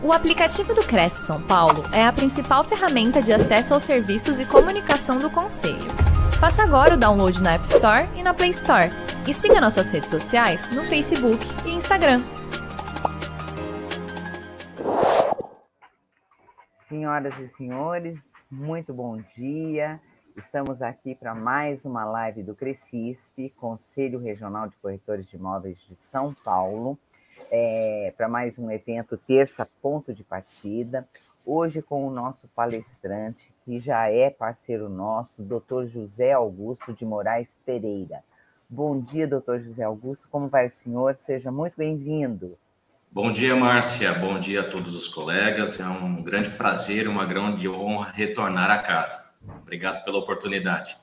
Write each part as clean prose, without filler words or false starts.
O aplicativo do Cresce São Paulo é a principal ferramenta de acesso aos serviços e comunicação do Conselho. Faça agora o download na App Store e na Play Store. E siga nossas redes sociais no Facebook e Instagram. Senhoras e senhores, muito bom dia. Estamos aqui para mais uma live do Crescisp, Conselho Regional de Corretores de Imóveis de São Paulo. Para mais um evento, terça, ponto de partida. Hoje com o nosso palestrante, que já é parceiro nosso, Dr. José Augusto de Moraes Pereira. Bom dia, Dr. José Augusto, como vai o senhor? Seja muito bem-vindo. Bom dia, Márcia. Bom dia a todos os colegas. É um grande prazer, uma grande honra retornar a casa. Obrigado pela oportunidade.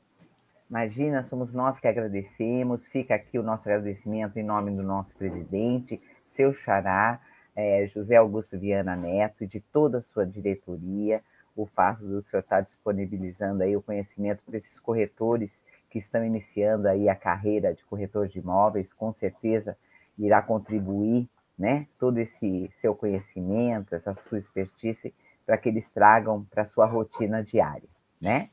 Imagina, somos nós que agradecemos. Fica aqui o nosso agradecimento em nome do nosso presidente, seu xará, José Augusto Viana Neto, e de toda a sua diretoria. O fato do senhor estar disponibilizando aí o conhecimento para esses corretores que estão iniciando aí a carreira de corretor de imóveis, com certeza irá contribuir, né, todo esse seu conhecimento, essa sua expertise, para que eles tragam para a sua rotina diária, né?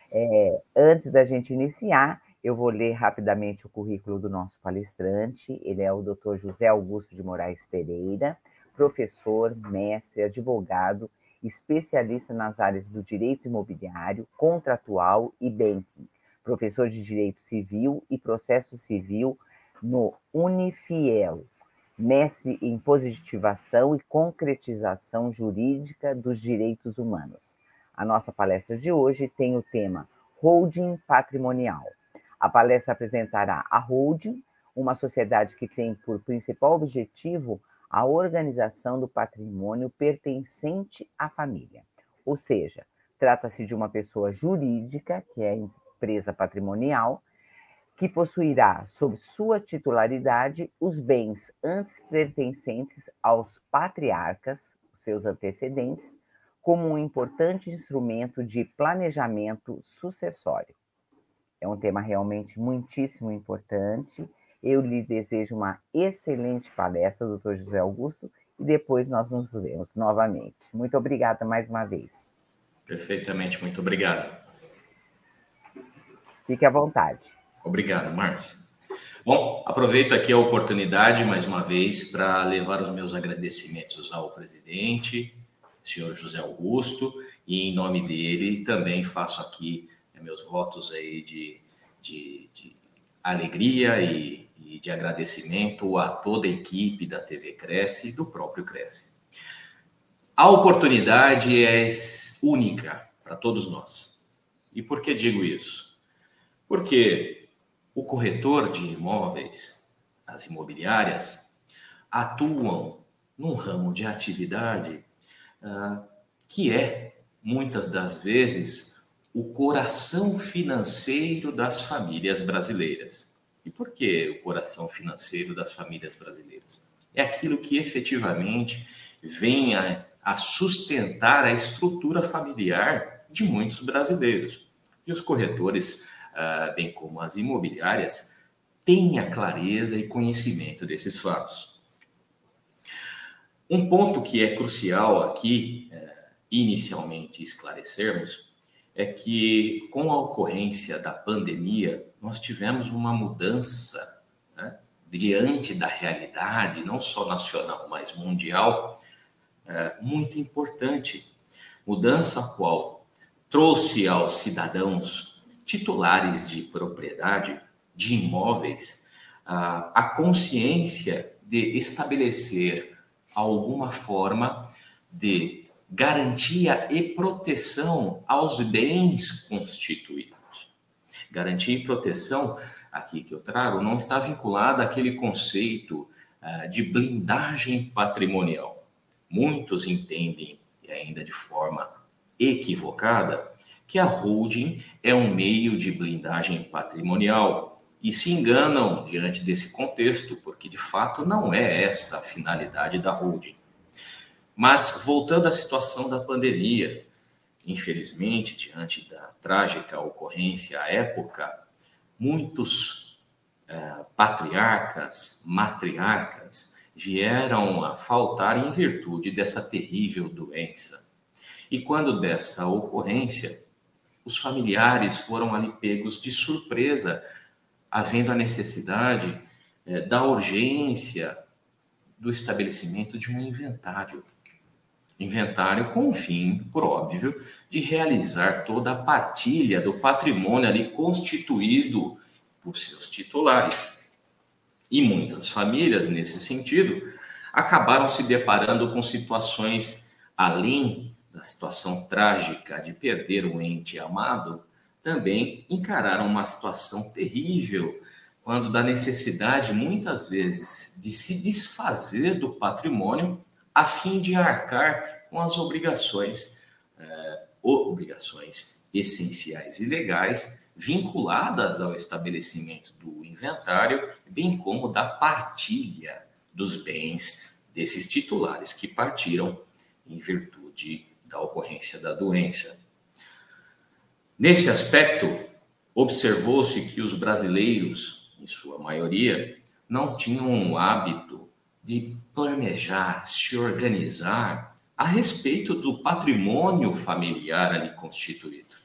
Antes da gente iniciar, eu vou ler rapidamente o currículo do nosso palestrante. Ele é o Dr. José Augusto de Moraes Pereira, professor, mestre, advogado, especialista nas áreas do direito imobiliário, contratual e banking, professor de direito civil e processo civil no Unifiel, mestre em positivação e concretização jurídica dos direitos humanos. A nossa palestra de hoje tem o tema Holding Patrimonial. A palestra apresentará a holding, uma sociedade que tem por principal objetivo a organização do patrimônio pertencente à família. Ou seja, trata-se de uma pessoa jurídica, que é a empresa patrimonial, que possuirá, sob sua titularidade, os bens antes pertencentes aos patriarcas, seus antecedentes, como um importante instrumento de planejamento sucessório. É um tema realmente muitíssimo importante. Eu lhe desejo uma excelente palestra, doutor José Augusto, e depois nós nos vemos novamente. Muito obrigada mais uma vez. Perfeitamente, muito obrigado. Fique à vontade. Obrigado, Márcia. Bom, aproveito aqui a oportunidade, mais uma vez, para levar os meus agradecimentos ao presidente, senhor José Augusto, e em nome dele também faço aqui meus votos aí de alegria e de agradecimento a toda a equipe da TV Cresce e do próprio Cresce. A oportunidade é única para todos nós. E por que digo isso? Porque o corretor de imóveis, as imobiliárias, atuam num ramo de atividade que é, muitas das vezes, o coração financeiro das famílias brasileiras. E por que o coração financeiro das famílias brasileiras? É aquilo que efetivamente vem a sustentar a estrutura familiar de muitos brasileiros. E os corretores, bem como as imobiliárias, têm a clareza e conhecimento desses fatos. Um ponto que é crucial aqui, inicialmente esclarecermos, é que com a ocorrência da pandemia, nós tivemos uma mudança, né, diante da realidade, não só nacional, mas mundial, muito importante. Mudança a qual trouxe aos cidadãos titulares de propriedade, de imóveis, a consciência de estabelecer alguma forma de garantia e proteção aos bens constituídos. Garantia e proteção, aqui que eu trago, não está vinculada àquele conceito de blindagem patrimonial. Muitos entendem, e ainda de forma equivocada, que a holding é um meio de blindagem patrimonial e se enganam diante desse contexto, porque de fato não é essa a finalidade da holding. Mas voltando à situação da pandemia, infelizmente, diante da trágica ocorrência à época, muitos patriarcas, matriarcas vieram a faltar em virtude dessa terrível doença. E quando dessa ocorrência, os familiares foram ali pegos de surpresa, havendo a necessidade da urgência do estabelecimento de um inventário. Inventário com o fim, por óbvio, de realizar toda a partilha do patrimônio ali constituído por seus titulares. E muitas famílias, nesse sentido, acabaram se deparando com situações, além da situação trágica de perder um ente amado, também encararam uma situação terrível, quando da necessidade, muitas vezes, de se desfazer do patrimônio a fim de arcar com as obrigações essenciais e legais vinculadas ao estabelecimento do inventário, bem como da partilha dos bens desses titulares que partiram em virtude da ocorrência da doença. Nesse aspecto, observou-se que os brasileiros, em sua maioria, não tinham o hábito de planejar, se organizar a respeito do patrimônio familiar ali constituído.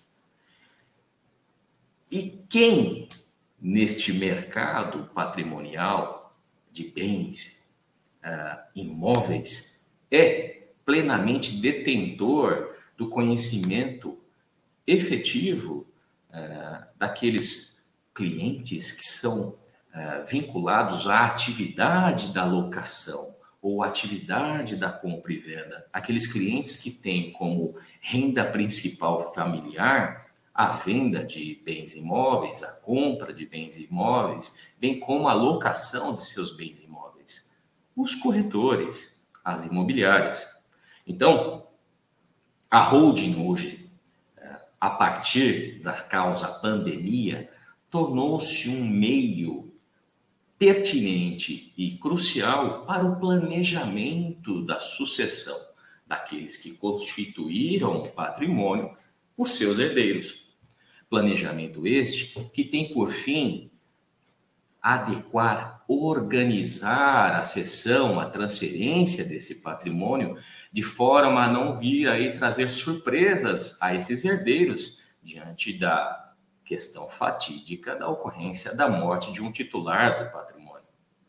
E quem, neste mercado patrimonial de bens imóveis, é plenamente detentor do conhecimento efetivo daqueles clientes que são vinculados à atividade da locação ou atividade da compra e venda, aqueles clientes que têm como renda principal familiar a venda de bens imóveis, a compra de bens imóveis, bem como a locação de seus bens imóveis, os corretores, as imobiliárias. Então, a holding hoje, a partir da causa pandemia, tornou-se um meio pertinente e crucial para o planejamento da sucessão daqueles que constituíram o patrimônio por seus herdeiros. Planejamento este que tem por fim adequar, organizar a cessão, a transferência desse patrimônio, de forma a não vir aí trazer surpresas a esses herdeiros diante da questão fatídica da ocorrência da morte de um titular do patrimônio.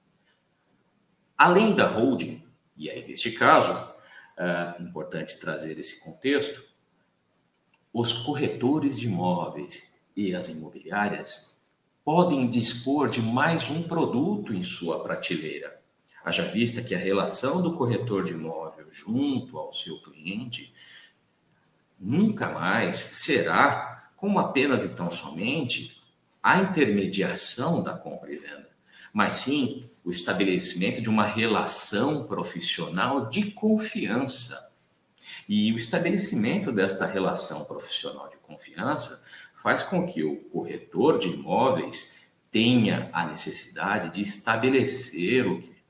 Além da holding, e aí neste caso, é importante trazer esse contexto, os corretores de imóveis e as imobiliárias podem dispor de mais um produto em sua prateleira. Haja vista que a relação do corretor de imóvel junto ao seu cliente nunca mais será como apenas e tão somente a intermediação da compra e venda, mas sim o estabelecimento de uma relação profissional de confiança. E o estabelecimento desta relação profissional de confiança faz com que o corretor de imóveis tenha a necessidade de estabelecer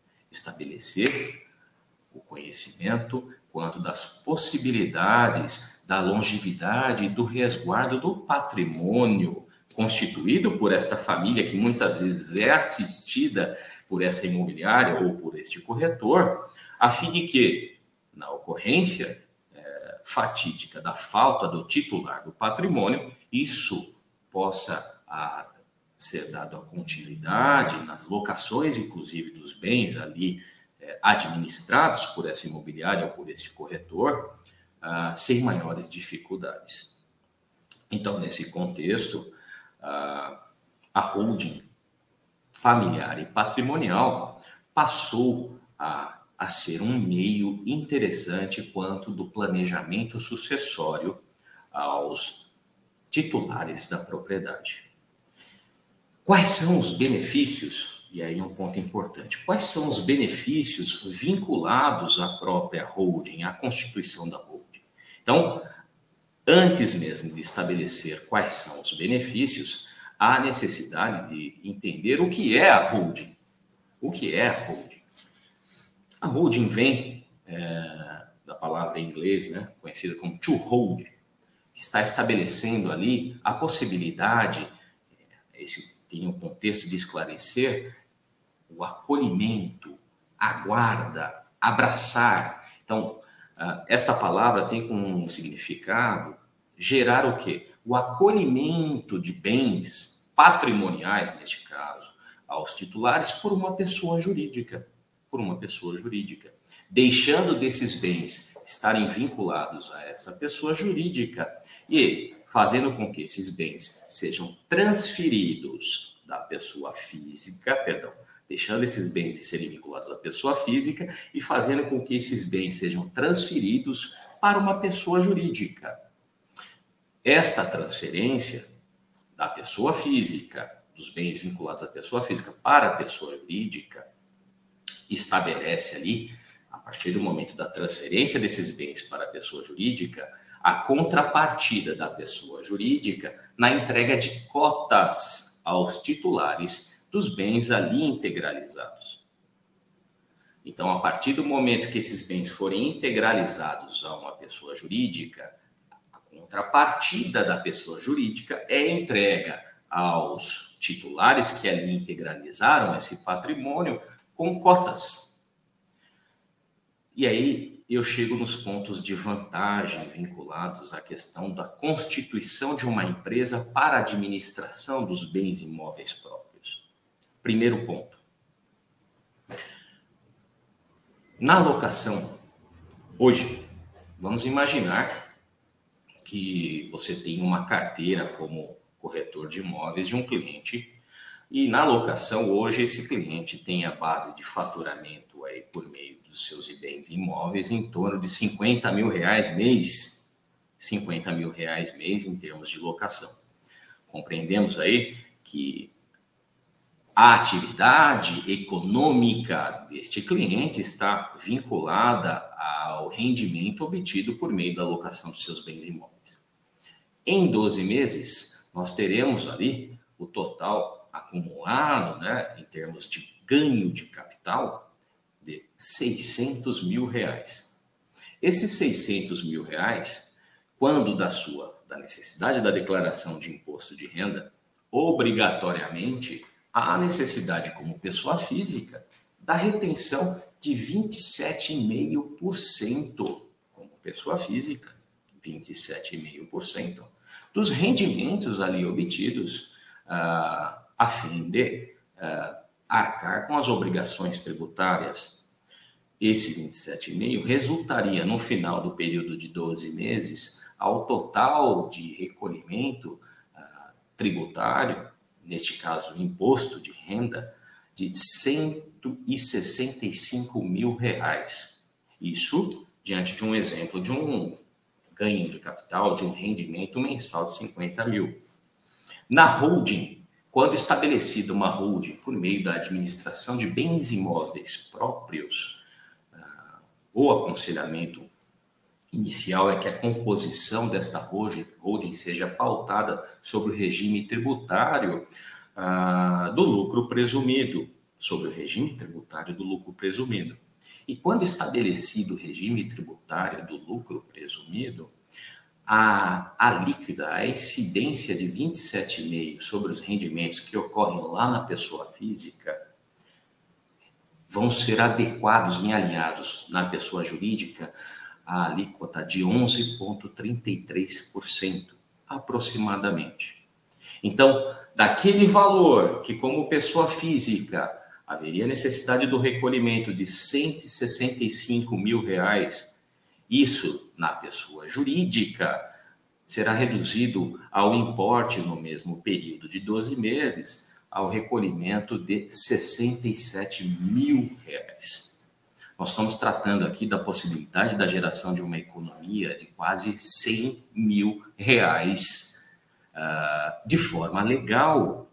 o conhecimento quanto das possibilidades da longevidade e do resguardo do patrimônio constituído por esta família, que muitas vezes é assistida por essa imobiliária ou por este corretor, a fim de que, na ocorrência fatídica da falta do titular do patrimônio, isso possa ser dado a continuidade nas locações, inclusive dos bens ali administrados por essa imobiliária ou por este corretor, sem maiores dificuldades. Então, nesse contexto, a holding familiar e patrimonial passou a ser um meio interessante quanto do planejamento sucessório aos titulares da propriedade. Quais são os benefícios? E aí um ponto importante. Quais são os benefícios vinculados à própria holding, à constituição da holding? Então, antes mesmo de estabelecer quais são os benefícios, há necessidade de entender o que é a holding. O que é a holding? A holding vem da palavra em inglês, conhecida como to hold, que está estabelecendo ali a possibilidade, esse tem o contexto de esclarecer, o acolhimento, aguarda, abraçar. Então, esta palavra tem como significado gerar o quê? O acolhimento de bens patrimoniais, neste caso, aos titulares por uma pessoa jurídica. Deixando desses bens estarem vinculados a essa pessoa jurídica e fazendo com que esses bens sejam transferidos da pessoa física, deixando esses bens de serem vinculados à pessoa física e fazendo com que esses bens sejam transferidos para uma pessoa jurídica. Esta transferência da pessoa física, dos bens vinculados à pessoa física para a pessoa jurídica, estabelece ali, a partir do momento da transferência desses bens para a pessoa jurídica, a contrapartida da pessoa jurídica na entrega de cotas aos titulares dos bens ali integralizados. Então, a partir do momento que esses bens forem integralizados a uma pessoa jurídica, a contrapartida da pessoa jurídica é entrega aos titulares que ali integralizaram esse patrimônio com cotas. E aí eu chego nos pontos de vantagem vinculados à questão da constituição de uma empresa para a administração dos bens imóveis próprios. Primeiro ponto. Na locação, hoje, vamos imaginar que você tem uma carteira como corretor de imóveis de um cliente e na locação hoje esse cliente tem a base de faturamento aí por meio dos seus bens imóveis em torno de R$50 mil mês, R$50 mil mês em termos de locação. Compreendemos aí que a atividade econômica deste cliente está vinculada ao rendimento obtido por meio da locação dos seus bens imóveis. Em 12 meses, nós teremos ali o total acumulado, em termos de ganho de capital, de R$600 mil. Esses R$600 mil, quando da necessidade da declaração de imposto de renda, obrigatoriamente há necessidade como pessoa física da retenção de 27,5% como pessoa física, 27,5% dos rendimentos ali obtidos a fim de arcar com as obrigações tributárias. Esse 27,5% resultaria no final do período de 12 meses ao total de recolhimento tributário, neste caso imposto de renda, de R$165 mil. Isso diante de um exemplo de um ganho de capital, de um rendimento mensal de 50 mil. Na holding, quando estabelecida uma holding por meio da administração de bens imóveis próprios, o aconselhamento inicial é que a composição desta holding seja pautada sobre o regime tributário do lucro presumido, E quando estabelecido o regime tributário do lucro presumido, a líquida, a incidência de 27,5% sobre os rendimentos que ocorrem lá na pessoa física vão ser adequados e alinhados na pessoa jurídica a alíquota de 11,33%, aproximadamente. Então, daquele valor que, como pessoa física, haveria necessidade do recolhimento de R$165 mil, isso, na pessoa jurídica, será reduzido ao importe no mesmo período de 12 meses, ao recolhimento de R$67 mil. Nós estamos tratando aqui da possibilidade da geração de uma economia de quase R$100 mil de forma legal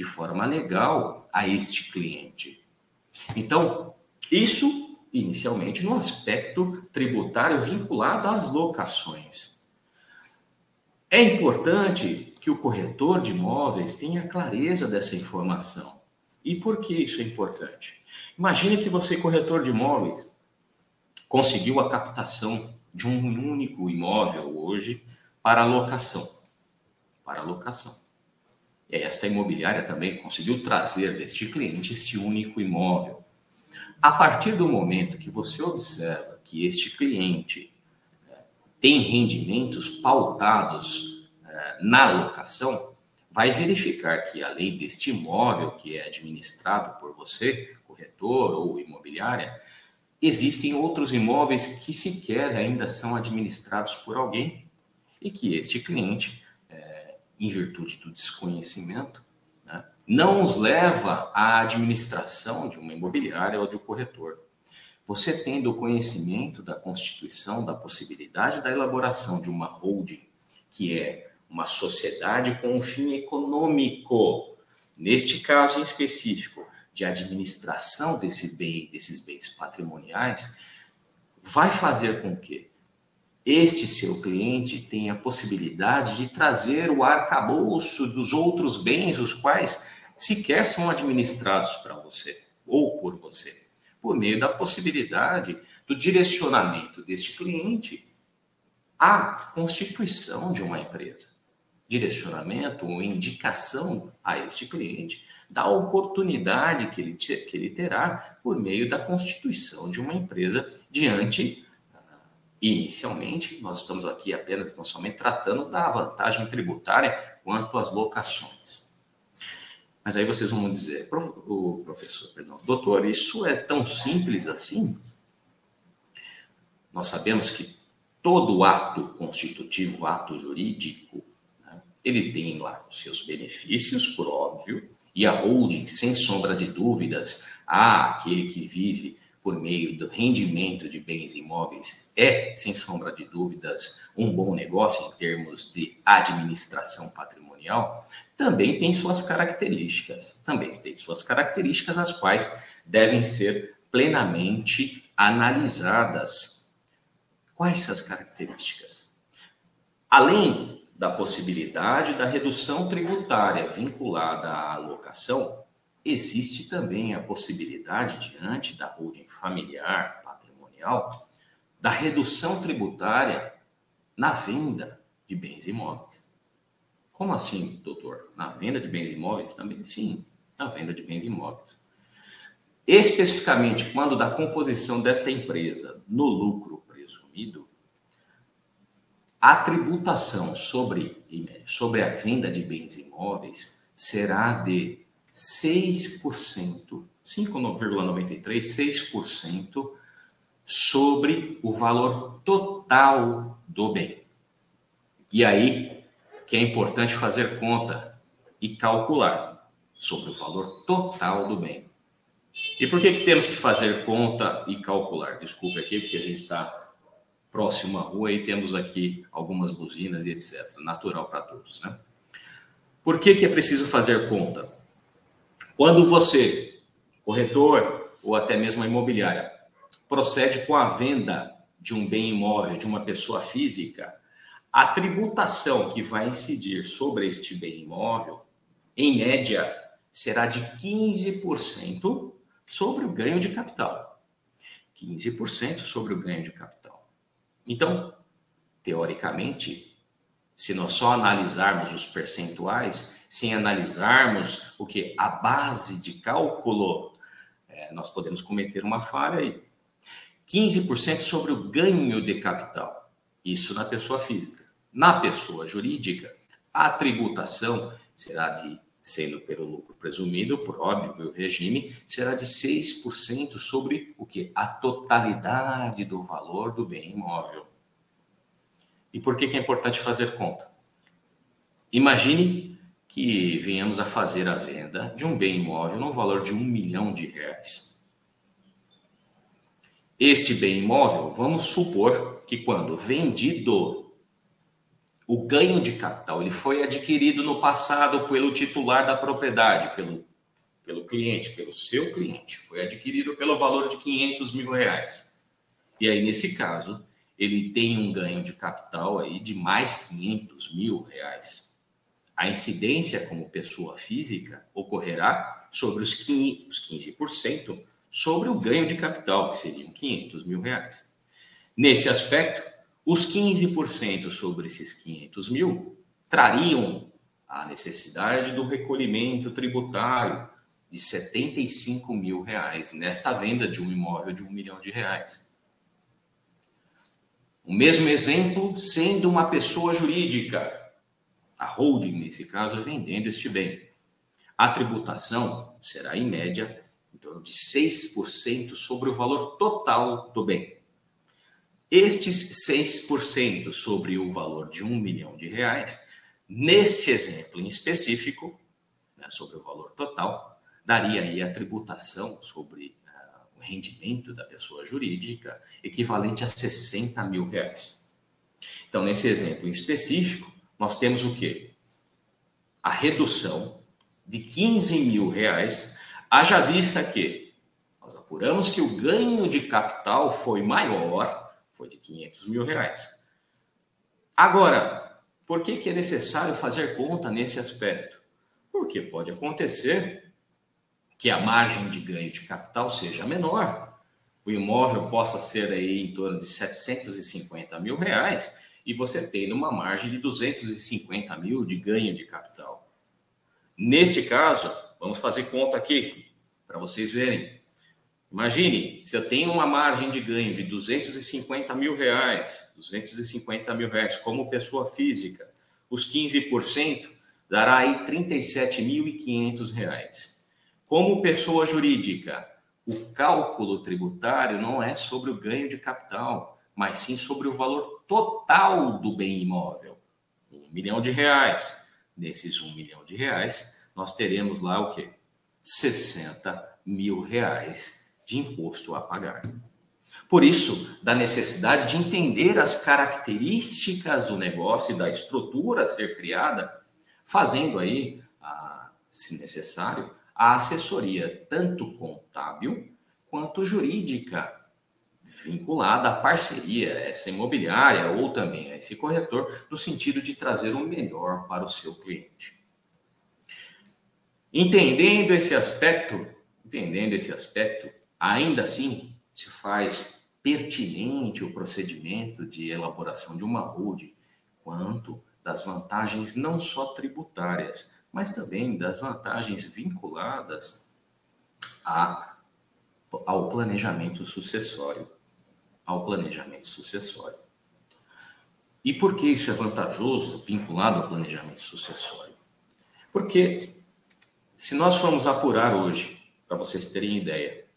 a este cliente. Então, isso inicialmente no aspecto tributário vinculado às locações. É importante que o corretor de imóveis tenha clareza dessa informação. E por que isso é importante? Imagine que você, corretor de imóveis, conseguiu a captação de um único imóvel hoje para locação. E esta imobiliária também conseguiu trazer deste cliente esse único imóvel. A partir do momento que você observa que este cliente tem rendimentos pautados na locação, vai verificar que, além deste imóvel que é administrado por você, corretor ou imobiliária, existem outros imóveis que sequer ainda são administrados por alguém e que este cliente, em virtude do desconhecimento, né, não os leva à administração de uma imobiliária ou de um corretor. Você tendo o conhecimento da constituição, da possibilidade da elaboração de uma holding, que é uma sociedade com um fim econômico, neste caso em específico, de administração desses bens patrimoniais, vai fazer com que este seu cliente tenha a possibilidade de trazer o arcabouço dos outros bens, os quais sequer são administrados para você ou por você, por meio da possibilidade do direcionamento deste cliente à constituição de uma empresa. Direcionamento ou indicação a este cliente da oportunidade que ele terá por meio da constituição de uma empresa diante, inicialmente, nós estamos aqui apenas, tão somente tratando da vantagem tributária quanto às locações. Mas aí vocês vão dizer, doutor, isso é tão simples assim? Nós sabemos que todo ato constitutivo, ato jurídico, né, ele tem lá os seus benefícios, por óbvio, e a holding, sem sombra de dúvidas, aquele que vive por meio do rendimento de bens imóveis é, sem sombra de dúvidas, um bom negócio em termos de administração patrimonial, também tem suas características. As quais devem ser plenamente analisadas. Quais essas características? Além da possibilidade da redução tributária vinculada à locação, existe também a possibilidade, diante da holding familiar patrimonial, da redução tributária na venda de bens imóveis. Como assim, doutor? Na venda de bens imóveis? Também sim, na venda de bens imóveis. Especificamente, quando da composição desta empresa no lucro presumido, a tributação sobre a venda de bens imóveis será de 6%, 5,93%, 6% sobre o valor total do bem. E aí que é importante fazer conta e calcular sobre o valor total do bem. E por que temos que fazer conta e calcular? Desculpe aqui, porque a gente está próximo à rua e temos aqui algumas buzinas e etc. Natural para todos, né? Por que é preciso fazer conta? Quando você, corretor ou até mesmo a imobiliária, procede com a venda de um bem imóvel de uma pessoa física, a tributação que vai incidir sobre este bem imóvel, em média, será de 15% sobre o ganho de capital. 15% sobre o ganho de capital. Então, teoricamente, se nós só analisarmos os percentuais, sem analisarmos a base de cálculo, nós podemos cometer uma falha aí. 15% sobre o ganho de capital, isso na pessoa física. Na pessoa jurídica, a tributação será sendo pelo lucro presumido, por óbvio regime, será de 6% sobre a totalidade do valor do bem imóvel. E por que é importante fazer conta? Imagine que venhamos a fazer a venda de um bem imóvel no valor de R$1 milhão. Este bem imóvel, vamos supor que quando vendido, o ganho de capital ele foi adquirido no passado pelo titular da propriedade, pelo cliente, pelo seu cliente. Foi adquirido pelo valor de R$500 mil. E aí, nesse caso, ele tem um ganho de capital aí de mais R$500 mil. A incidência como pessoa física ocorrerá sobre os 15% sobre o ganho de capital, que seriam R$500 mil. Nesse aspecto, os 15% sobre esses 500 mil trariam a necessidade do recolhimento tributário de R$75 mil nesta venda de um imóvel de R$1 milhão. O mesmo exemplo sendo uma pessoa jurídica, a holding, nesse caso, vendendo este bem. A tributação será, em média, em torno de 6% sobre o valor total do bem. Estes 6% sobre o valor de R$1 milhão, neste exemplo em específico, né, sobre o valor total, daria aí a tributação sobre o rendimento da pessoa jurídica equivalente a R$60 mil. Então, nesse exemplo em específico, nós temos o quê? A redução de R$15 mil, haja vista que nós apuramos que o ganho de capital foi maior, foi de R$500 mil. Agora, por que é necessário fazer conta nesse aspecto? Porque pode acontecer que a margem de ganho de capital seja menor, o imóvel possa ser aí em torno de R$750 mil e você tem uma margem de R$250 mil de ganho de capital. Neste caso, vamos fazer conta aqui para vocês verem. Imagine, se eu tenho uma margem de ganho de R$250 mil, como pessoa física, os 15% dará aí R$37.500. Como pessoa jurídica, o cálculo tributário não é sobre o ganho de capital, mas sim sobre o valor total do bem imóvel. R$1 milhão. Nesses R$1 milhão, nós teremos lá o quê? R$60 mil de imposto a pagar. Por isso, da necessidade de entender as características do negócio e da estrutura a ser criada, fazendo aí, se necessário, a assessoria tanto contábil quanto jurídica, vinculada à parceria, essa imobiliária ou também a esse corretor, no sentido de trazer o melhor para o seu cliente. Entendendo esse aspecto, ainda assim se faz pertinente o procedimento de elaboração de uma holding, quanto das vantagens não só tributárias, mas também das vantagens vinculadas ao planejamento sucessório. E por que isso é vantajoso, vinculado ao planejamento sucessório? Porque se nós formos apurar hoje, para vocês terem ideia,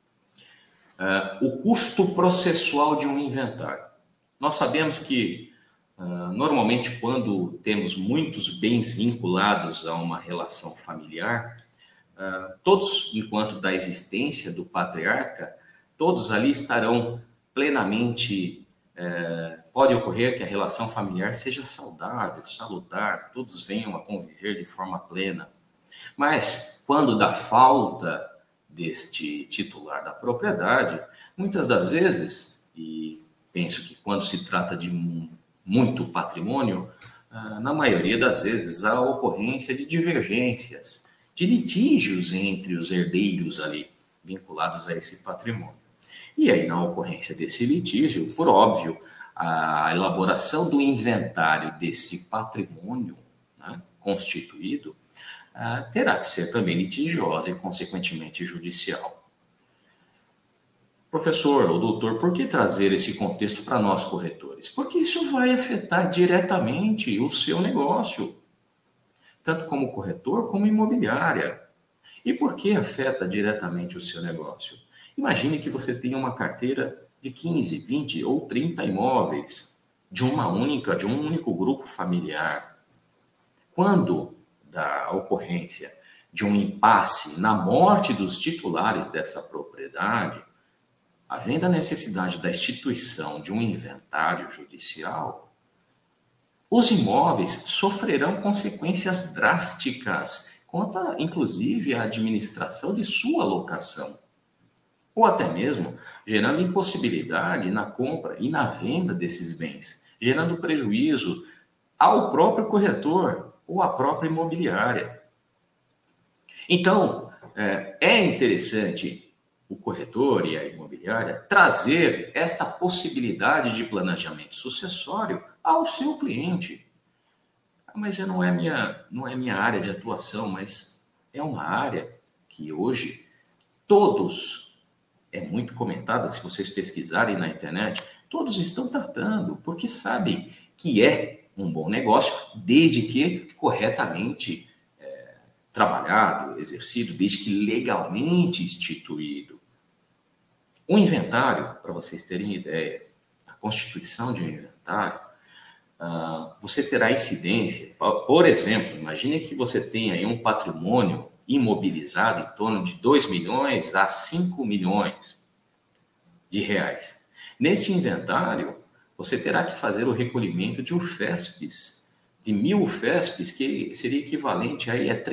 o custo processual de um inventário. Nós sabemos que, normalmente, quando temos muitos bens vinculados a uma relação familiar, todos, enquanto da existência do patriarca, todos ali estarão plenamente... pode ocorrer que a relação familiar seja saudável, salutar, todos venham a conviver de forma plena. Mas, quando da falta deste titular da propriedade, muitas das vezes, e penso que quando se trata de muito patrimônio, na maioria das vezes há ocorrência de divergências, de litígios entre os herdeiros ali, vinculados a esse patrimônio. E aí, na ocorrência desse litígio, por óbvio, a elaboração do inventário desse patrimônio, né, constituído, terá que ser também litigiosa e, consequentemente, judicial. Professor ou doutor, por que trazer esse contexto para nós corretores? Porque isso vai afetar diretamente o seu negócio, tanto como corretor como imobiliária. E por que afeta diretamente o seu negócio? Imagine que você tenha uma carteira de 15, 20 ou 30 imóveis de um único grupo familiar. Quando da ocorrência de um impasse na morte dos titulares dessa propriedade, havendo a necessidade da instituição de um inventário judicial, os imóveis sofrerão consequências drásticas quanto, inclusive, à administração de sua locação, ou até mesmo gerando impossibilidade na compra e na venda desses bens, gerando prejuízo ao próprio corretor ou à própria imobiliária. Então, é interessante o corretor e a imobiliária trazer esta possibilidade de planejamento sucessório ao seu cliente. Mas não é minha área de atuação, mas é uma área que hoje todos, é muito comentada, se vocês pesquisarem na internet, todos estão tratando, porque sabem que é um bom negócio, desde que corretamente trabalhado, exercido, desde que legalmente instituído. O inventário, para vocês terem ideia, a constituição de um inventário, você terá incidência. Por exemplo, imagine que você tenha aí um patrimônio imobilizado em torno de 2 milhões a 5 milhões de reais. Neste inventário, você terá que fazer o recolhimento de UFESPs, de 1.000 UFESPs, que seria equivalente aí a R$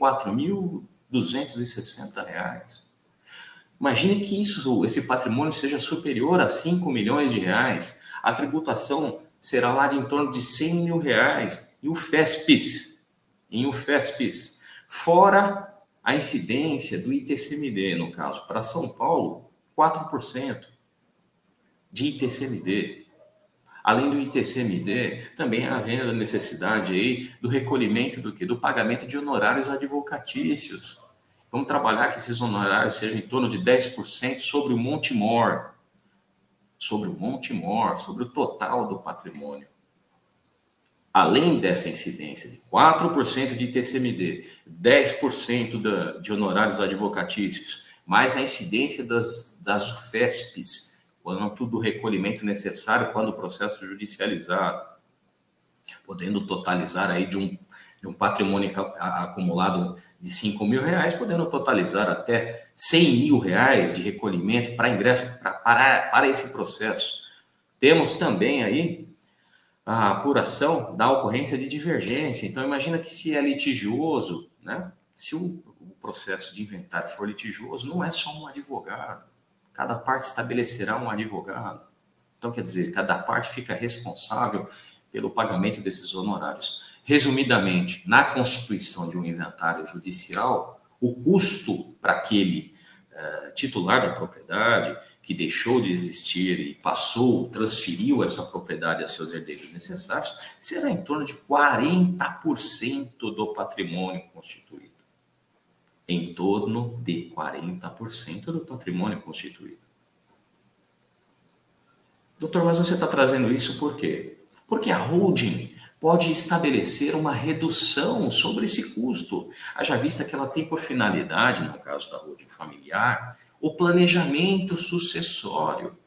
34.260. Imagine que esse patrimônio seja superior a 5 milhões de reais. A tributação será lá de em torno de 100 mil reais em UFESPs, fora a incidência do ITCMD, no caso, para São Paulo, 4% de ITCMD. Além do ITCMD, também havendo a necessidade aí do recolhimento do quê? Do pagamento de honorários advocatícios. Vamos trabalhar que esses honorários sejam em torno de 10% sobre o monte mor, sobre o total do patrimônio. Além dessa incidência de 4% de ITCMD, 10% de honorários advocatícios, mais a incidência das UFESPs, quanto do recolhimento necessário quando o processo é judicializado, podendo totalizar aí de um patrimônio acumulado de 5 mil reais, podendo totalizar até 100 mil reais de recolhimento para ingresso para esse processo. Temos também aí a apuração da ocorrência de divergência. Então, imagina que se é litigioso, né? Se o processo de inventário for litigioso, não é só um advogado. Cada parte estabelecerá um advogado. Então, quer dizer, cada parte fica responsável pelo pagamento desses honorários. Resumidamente, na constituição de um inventário judicial, o custo para aquele titular da propriedade que deixou de existir e transferiu essa propriedade a seus herdeiros necessários, será em torno de 40% do patrimônio constituído. Em torno de 40% do patrimônio constituído. Doutor, mas você está trazendo isso por quê? Porque a holding pode estabelecer uma redução sobre esse custo, haja vista que ela tem por finalidade, no caso da holding familiar, o planejamento sucessório.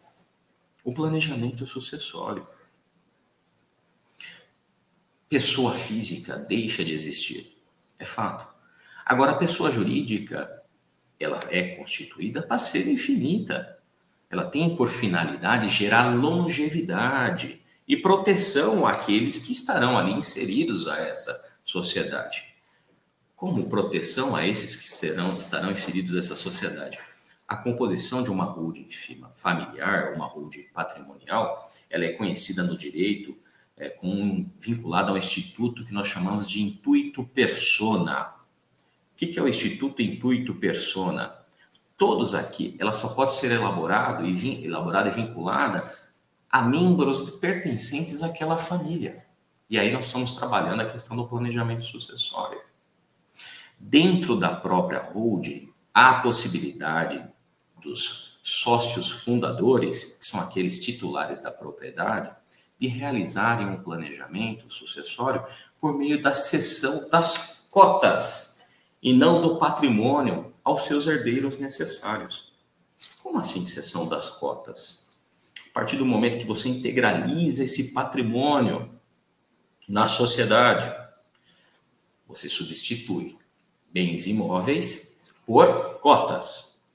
Pessoa física deixa de existir, é fato. Agora, a pessoa jurídica, ela é constituída para ser infinita. Ela tem por finalidade gerar longevidade e proteção àqueles que estarão ali inseridos a essa sociedade. Como proteção a esses que estarão inseridos a essa sociedade? A composição de uma holding familiar, uma holding patrimonial, ela é conhecida no direito vinculada ao instituto que nós chamamos de intuito persona. O que é o instituto intuito persona? Todos aqui, ela só pode ser elaborada e vinculada a membros pertencentes àquela família. E aí nós estamos trabalhando a questão do planejamento sucessório. Dentro da própria holding, há a possibilidade dos sócios fundadores, que são aqueles titulares da propriedade, de realizarem um planejamento sucessório por meio da cessão das cotas e não do patrimônio aos seus herdeiros necessários. Como assim cessão das cotas? A partir do momento que você integraliza esse patrimônio na sociedade, você substitui bens imóveis por cotas.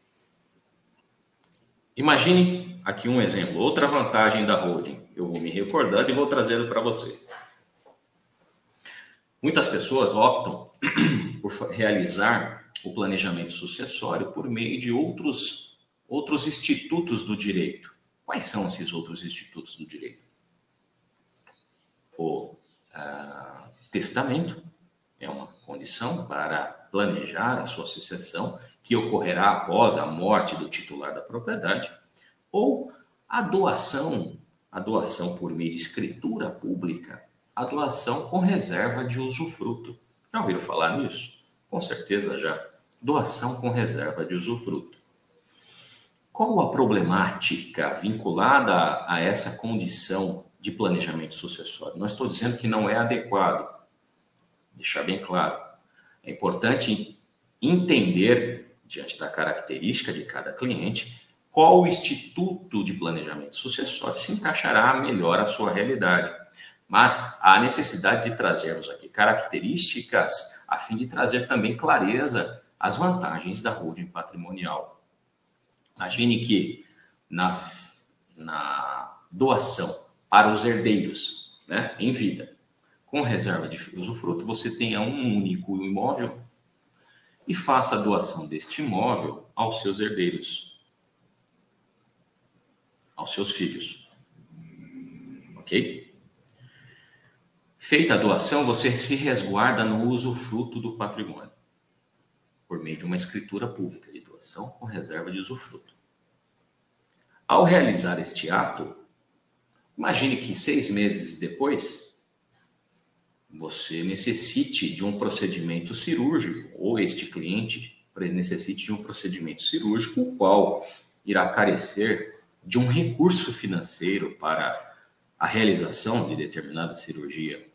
Imagine aqui um exemplo, outra vantagem da holding. Eu vou me recordando e vou trazendo para você. Muitas pessoas optam por realizar o planejamento sucessório por meio de outros institutos do direito. Quais são esses outros institutos do direito? O testamento é uma condição para planejar a sua sucessão, que ocorrerá após a morte do titular da propriedade, ou a doação por meio de escritura pública, a doação com reserva de usufruto. Já ouviram falar nisso? Com certeza já. doação com reserva de usufruto. Qual a problemática vinculada a essa condição de planejamento sucessório? Não estou dizendo que não é adequado, deixar bem claro. É importante entender, diante da característica de cada cliente, qual o instituto de planejamento sucessório se encaixará melhor à sua realidade. Mas há necessidade de trazermos aqui características a fim de trazer também clareza às vantagens da holding patrimonial. Imagine que na doação para os herdeiros, né, em vida, com reserva de usufruto, você tenha um único imóvel e faça a doação deste imóvel aos seus herdeiros, aos seus filhos. Ok? Feita a doação, você se resguarda no usufruto do patrimônio, por meio de uma escritura pública de doação com reserva de usufruto. Ao realizar este ato, imagine que 6 meses depois, você necessite de um procedimento cirúrgico, ou este cliente necessite de um procedimento cirúrgico, o qual irá carecer de um recurso financeiro para a realização de determinada cirurgia.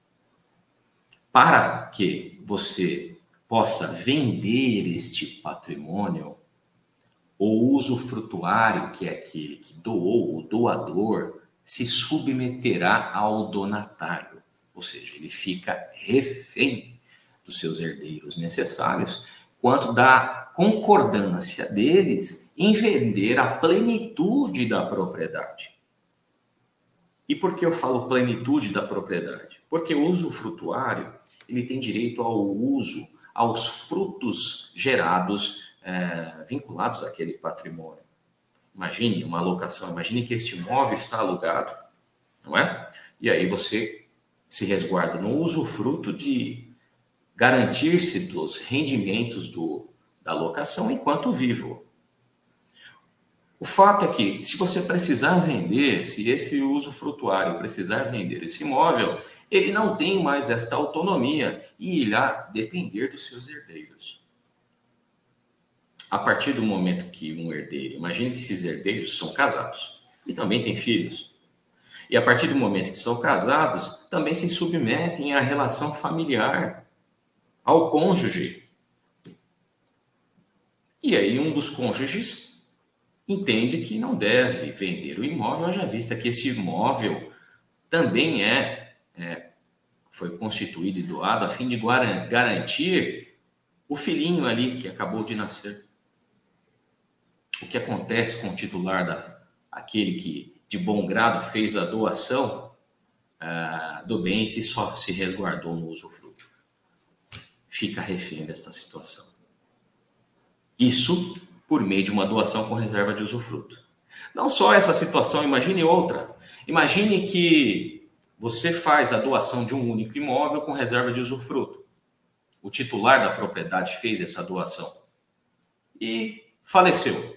Para que você possa vender este patrimônio, o usufrutuário, que é aquele que doou, o doador, se submeterá ao donatário, ou seja, ele fica refém dos seus herdeiros necessários, quanto da concordância deles em vender a plenitude da propriedade. E por que eu falo plenitude da propriedade? Porque o usufrutuário, ele tem direito ao uso, aos frutos gerados, vinculados àquele patrimônio. Imagine uma alocação, imagine que este imóvel está alugado, não é? E aí você se resguarda no usufruto de garantir-se dos rendimentos da locação enquanto vivo. O fato é que, se você precisar vender, se esse usufrutuário precisar vender esse imóvel, ele não tem mais esta autonomia e irá depender dos seus herdeiros. A partir do momento que um herdeiro, imagine que esses herdeiros são casados e também têm filhos. E a partir do momento que são casados, também se submetem à relação familiar, ao cônjuge. E aí um dos cônjuges entende que não deve vender o imóvel, haja vista que esse imóvel também foi constituído e doado a fim de garantir o filhinho ali que acabou de nascer. O que acontece com o titular aquele que de bom grado fez a doação do bem e só se resguardou no usufruto? Fica refém desta situação. Isso por meio de uma doação com reserva de usufruto. Não só essa situação, imagine outra. Imagine que você faz a doação de um único imóvel com reserva de usufruto. O titular da propriedade fez essa doação e faleceu.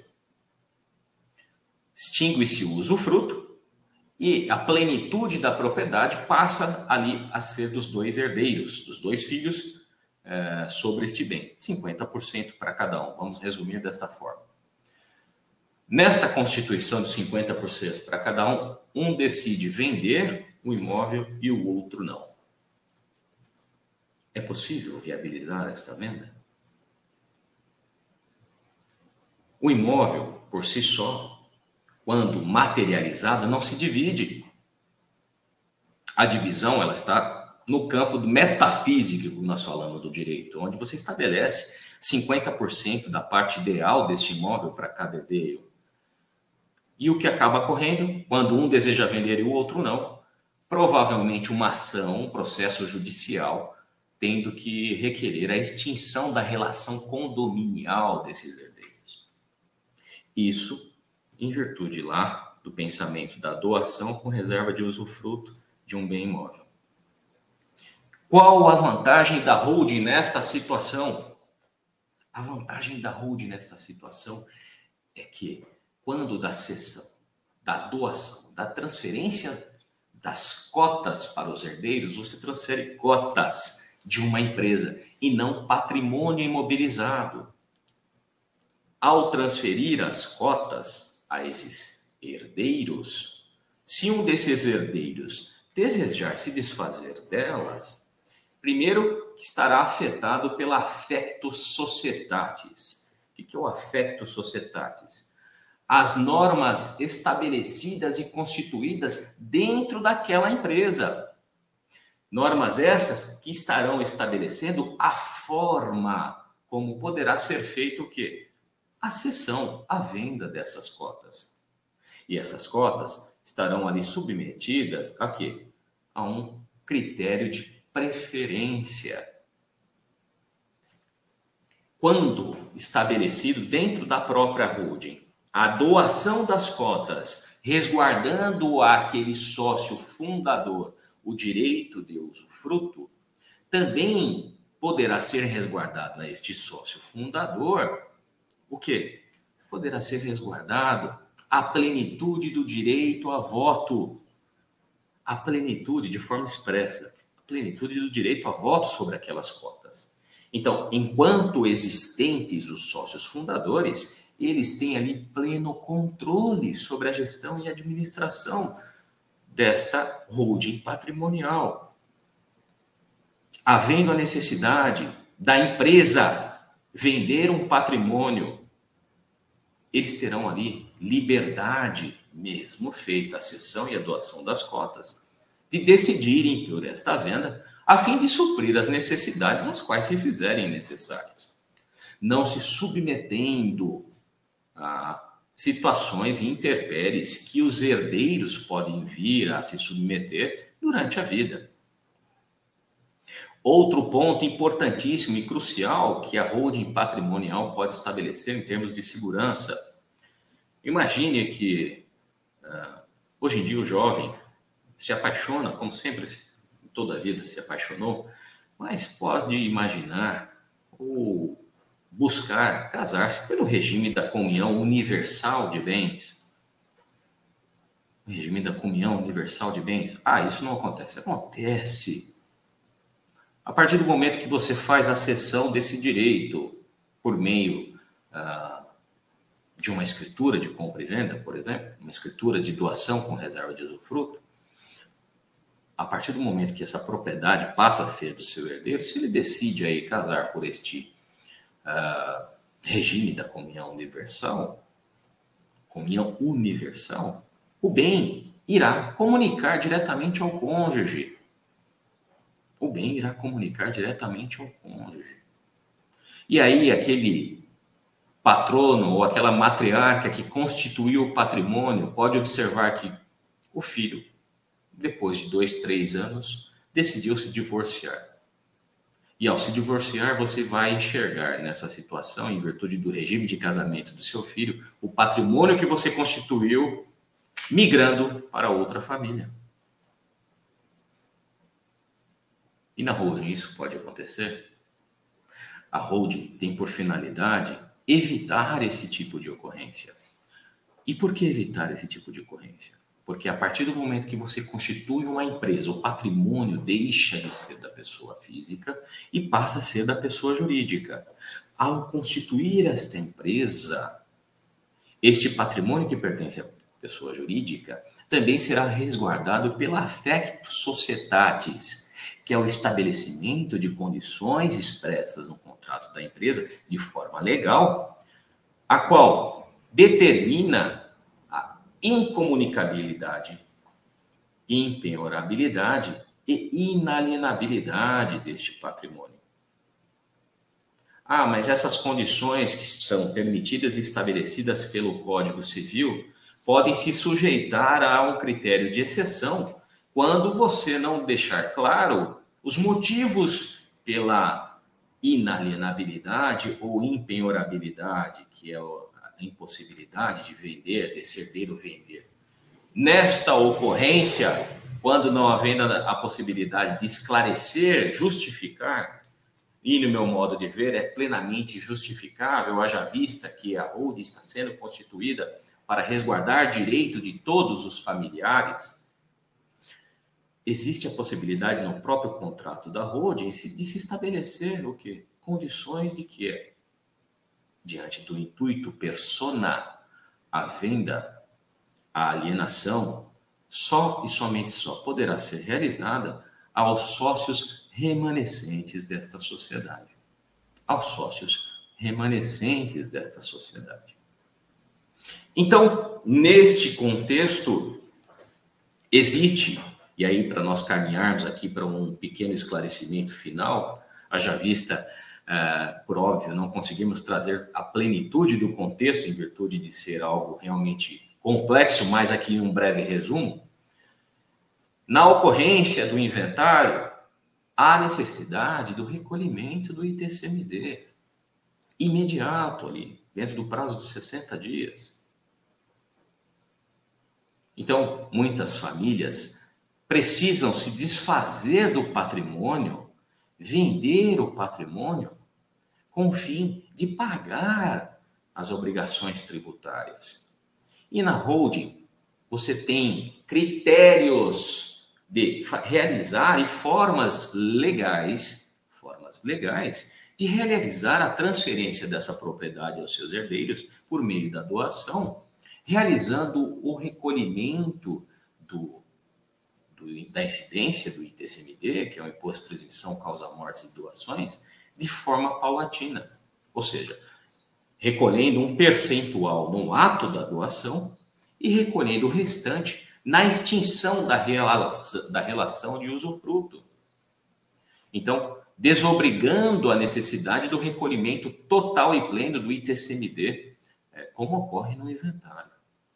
Extingue-se o usufruto e a plenitude da propriedade passa ali a ser dos dois herdeiros, dos dois filhos, sobre este bem. 50% para cada um. Vamos resumir desta forma. Nesta constituição de 50% para cada um, um decide vender o imóvel e o outro não. É possível viabilizar esta venda? O imóvel, por si só, quando materializado, não se divide. A divisão, ela está no campo do metafísico que nós falamos do direito, onde você estabelece 50% da parte ideal deste imóvel para cada herdeiro. E o que acaba ocorrendo, quando um deseja vender e o outro não, provavelmente uma ação, um processo judicial, tendo que requerer a extinção da relação condominial desses herdeiros. Isso em virtude lá do pensamento da doação com reserva de usufruto de um bem imóvel. Qual a vantagem da holding nesta situação? A vantagem da holding nesta situação é que, quando da cessão, da doação, da transferência das cotas para os herdeiros, você transfere cotas de uma empresa e não patrimônio imobilizado. Ao transferir as cotas a esses herdeiros, se um desses herdeiros desejar se desfazer delas, primeiro estará afetado pela affectus societatis. O que é o affectus societatis? As normas estabelecidas e constituídas dentro daquela empresa. Normas essas que estarão estabelecendo a forma como poderá ser feito o quê? A cessão, a venda dessas cotas. E essas cotas estarão ali submetidas a quê? A um critério de preferência. Quando estabelecido dentro da própria holding, a doação das cotas, resguardando aquele sócio fundador o direito de usufruto, também poderá ser resguardado a este sócio fundador o quê? Poderá ser resguardado a plenitude do direito a voto, a plenitude de forma expressa, a plenitude do direito a voto sobre aquelas cotas. Então, enquanto existentes os sócios fundadores, eles têm ali pleno controle sobre a gestão e administração desta holding patrimonial. Havendo a necessidade da empresa vender um patrimônio, eles terão ali liberdade, mesmo feita a cessão e a doação das cotas, de decidirem por esta venda, a fim de suprir as necessidades as quais se fizerem necessárias, não se submetendo a situações e intempéries que os herdeiros podem vir a se submeter durante a vida. Outro ponto importantíssimo e crucial que a holding patrimonial pode estabelecer em termos de segurança. Imagine que hoje em dia o jovem se apaixona, como sempre toda a vida se apaixonou, mas pode imaginar ou buscar casar-se pelo regime da comunhão universal de bens. O regime da comunhão universal de bens. Isso não acontece. Acontece. A partir do momento que você faz a cessão desse direito por meio de uma escritura de compra e venda, por exemplo, uma escritura de doação com reserva de usufruto, a partir do momento que essa propriedade passa a ser do seu herdeiro, se ele decide aí casar por este regime da comunhão universal, o bem irá comunicar diretamente ao cônjuge. O bem irá comunicar diretamente ao cônjuge. E aí, aquele patrono ou aquela matriarca que constituiu o patrimônio pode observar que o filho, depois de 2, 3 anos, decidiu se divorciar. E ao se divorciar, você vai enxergar nessa situação, em virtude do regime de casamento do seu filho, o patrimônio que você constituiu migrando para outra família. E na holding isso pode acontecer? A holding tem por finalidade evitar esse tipo de ocorrência. E por que evitar esse tipo de ocorrência? Porque a partir do momento que você constitui uma empresa, o patrimônio deixa de ser da pessoa física e passa a ser da pessoa jurídica. Ao constituir esta empresa, este patrimônio que pertence à pessoa jurídica também será resguardado pela affectus societatis, que é o estabelecimento de condições expressas no contrato da empresa de forma legal, a qual determina a incomunicabilidade, impenhorabilidade e inalienabilidade deste patrimônio. Mas essas condições que são permitidas e estabelecidas pelo Código Civil podem se sujeitar a um critério de exceção quando você não deixar claro os motivos pela inalienabilidade ou impenhorabilidade, que é a impossibilidade de vender, desse herdeiro vender. Nesta ocorrência, quando não havendo a possibilidade de esclarecer, justificar, e no meu modo de ver é plenamente justificável, haja vista que a holding está sendo constituída para resguardar direito de todos os familiares, existe a possibilidade no próprio contrato da holding de se estabelecer o quê? Condições de que, diante do intuito persona, a venda, a alienação, só e somente só poderá ser realizada aos sócios remanescentes desta sociedade. Aos sócios remanescentes desta sociedade. Então, neste contexto, existe, e aí para nós caminharmos aqui para um pequeno esclarecimento final, haja vista, por óbvio, não conseguimos trazer a plenitude do contexto em virtude de ser algo realmente complexo, mas aqui um breve resumo. Na ocorrência do inventário, há necessidade do recolhimento do ITCMD imediato ali, dentro do prazo de 60 dias. Então, muitas famílias precisam se desfazer do patrimônio, vender o patrimônio, com o fim de pagar as obrigações tributárias. E na holding, você tem critérios de realizar e formas legais de realizar a transferência dessa propriedade aos seus herdeiros por meio da doação, realizando o recolhimento da incidência do ITCMD, que é o Imposto de Transmissão, Causa-Mortes e Doações, de forma paulatina. Ou seja, recolhendo um percentual no ato da doação e recolhendo o restante na extinção da relação de usufruto. Então, desobrigando a necessidade do recolhimento total e pleno do ITCMD, como ocorre no inventário.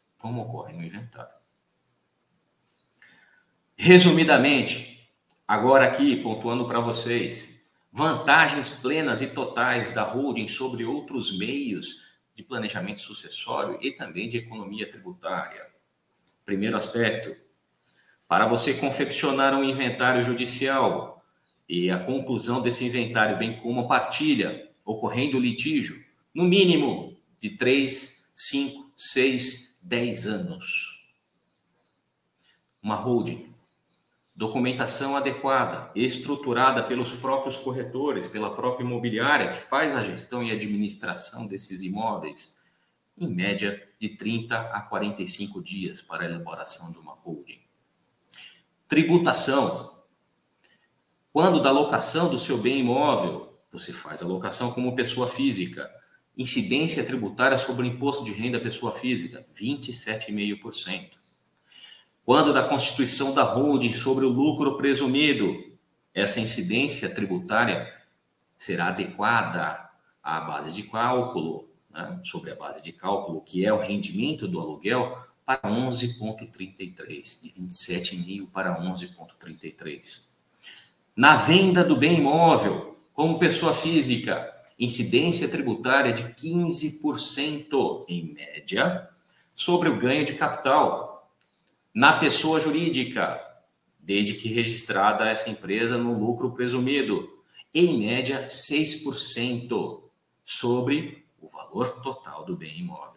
Resumidamente, agora aqui, pontuando para vocês, vantagens plenas e totais da holding sobre outros meios de planejamento sucessório e também de economia tributária. Primeiro aspecto, para você confeccionar um inventário judicial e a conclusão desse inventário, bem como a partilha, ocorrendo litígio, no mínimo de 3, 5, 6, 10 anos. Uma holding, documentação adequada, estruturada pelos próprios corretores, pela própria imobiliária, que faz a gestão e administração desses imóveis, em média de 30 a 45 dias para a elaboração de uma holding. Tributação. Quando da locação do seu bem imóvel, você faz a locação como pessoa física. Incidência tributária sobre o imposto de renda pessoa física, 27,5%. Quando da constituição da holding sobre o lucro presumido, essa incidência tributária será adequada à base de cálculo, sobre a base de cálculo, que é o rendimento do aluguel, para 11,33, de 27,5 para 11,33. Na venda do bem imóvel, como pessoa física, incidência tributária de 15%, em média, sobre o ganho de capital. Na pessoa jurídica, desde que registrada essa empresa no lucro presumido, em média 6% sobre o valor total do bem imóvel.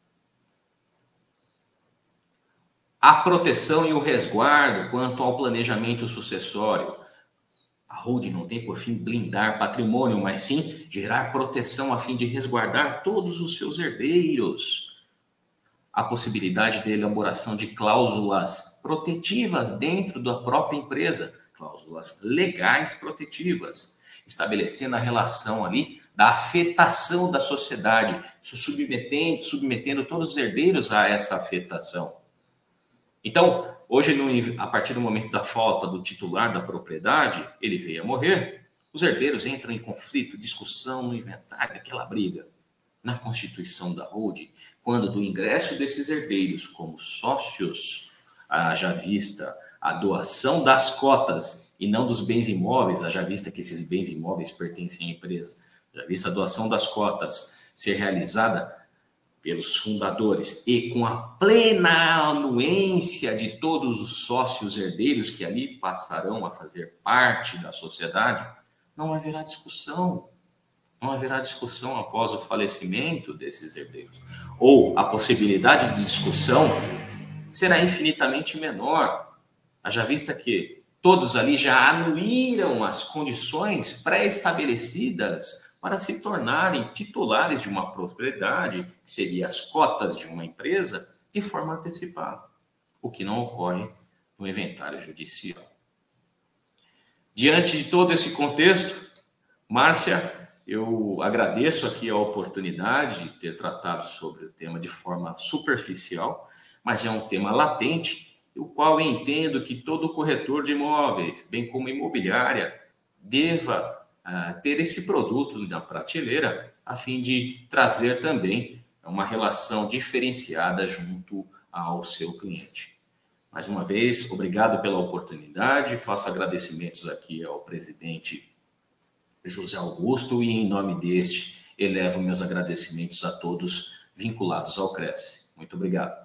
A proteção e o resguardo quanto ao planejamento sucessório. A holding não tem por fim blindar patrimônio, mas sim gerar proteção a fim de resguardar todos os seus herdeiros. A possibilidade de elaboração de cláusulas protetivas dentro da própria empresa, cláusulas legais protetivas, estabelecendo a relação ali da afetação da sociedade, submetendo todos os herdeiros a essa afetação. Então, hoje, a partir do momento da falta do titular da propriedade, ele veio a morrer, os herdeiros entram em conflito, discussão no inventário, aquela briga. Na constituição da holding, quando do ingresso desses herdeiros como sócios, haja vista a doação das cotas e não dos bens imóveis, haja vista que esses bens imóveis pertencem à empresa, haja vista a doação das cotas ser realizada pelos fundadores e com a plena anuência de todos os sócios herdeiros que ali passarão a fazer parte da sociedade, não haverá discussão. Não haverá discussão após o falecimento desses herdeiros. Ou a possibilidade de discussão será infinitamente menor. Haja vista que todos ali já anuíram as condições pré-estabelecidas para se tornarem titulares de uma propriedade, que seria as cotas de uma empresa, de forma antecipada, o que não ocorre no inventário judicial. Diante de todo esse contexto, Márcia, eu agradeço aqui a oportunidade de ter tratado sobre o tema de forma superficial, mas é um tema latente, o qual eu entendo que todo corretor de imóveis, bem como imobiliária, deva ter esse produto na prateleira, a fim de trazer também uma relação diferenciada junto ao seu cliente. Mais uma vez, obrigado pela oportunidade, faço agradecimentos aqui ao presidente José Augusto e, em nome deste, elevo meus agradecimentos a todos vinculados ao Cresce. Muito obrigado.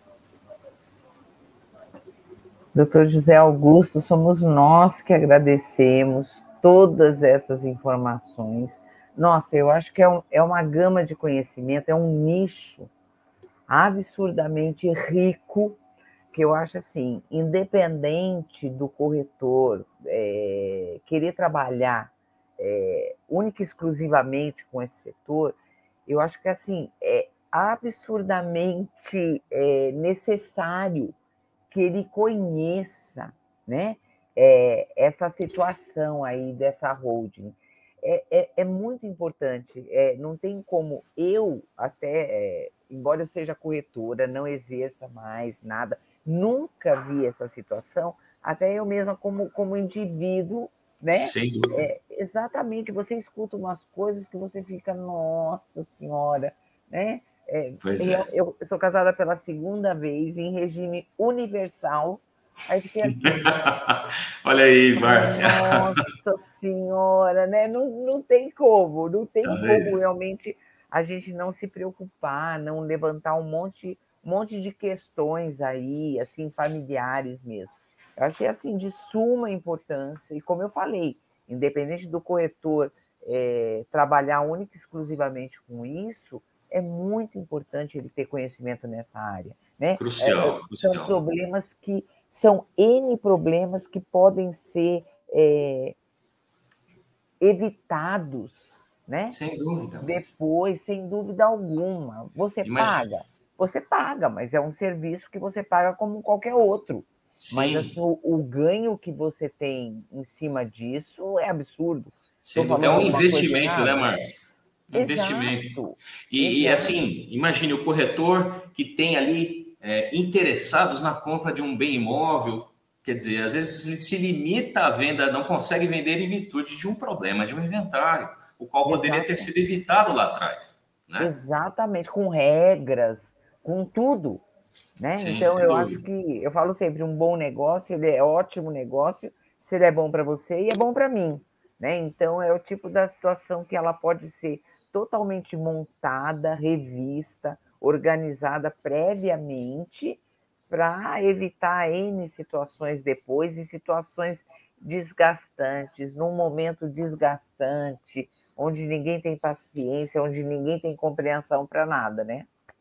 Doutor José Augusto, somos nós que agradecemos todas essas informações. Nossa, eu acho que é uma gama de conhecimento, é um nicho absurdamente rico, que eu acho assim, independente do corretor querer trabalhar única e exclusivamente com esse setor, eu acho que assim, é absurdamente necessário que ele conheça, né, essa situação aí dessa holding. É muito importante, não tem como eu até, embora eu seja corretora, não exerça mais nada, nunca vi essa situação, até eu mesma como indivíduo, né? Sem dúvida. Exatamente, você escuta umas coisas que você fica, nossa senhora, né? Eu sou casada pela segunda vez em regime universal. Aí fiquei assim. Olha aí, Márcia. Nossa senhora, né? Não tem como, realmente a gente não se preocupar, não levantar um monte de questões aí, assim, familiares mesmo. Eu achei assim de suma importância, e como eu falei, independente do corretor trabalhar única e exclusivamente com isso, é muito importante ele ter conhecimento nessa área, né? Crucial. São problemas que são N problemas que podem ser evitados, né? Sem dúvida. Depois, sem dúvida alguma. Você paga, mas é um serviço que você paga como qualquer outro. Sim. Mas assim, o ganho que você tem em cima disso é absurdo. É um investimento, né, Márcio? Um investimento. E assim, imagine o corretor que tem ali interessados na compra de um bem imóvel, quer dizer, às vezes ele se limita à venda, não consegue vender em virtude de um problema, de um inventário, o qual poderia ter sido evitado lá atrás. Né? Exatamente, com regras, com tudo. Né? Sim, então, eu acho que, eu falo sempre, um bom negócio, ele é ótimo negócio, se ele é bom para você e é bom para mim. Né? Então, é o tipo da situação que ela pode ser totalmente montada, revista, organizada previamente para evitar N situações depois e situações desgastantes, num momento desgastante, onde ninguém tem paciência, onde ninguém tem compreensão para nada, né?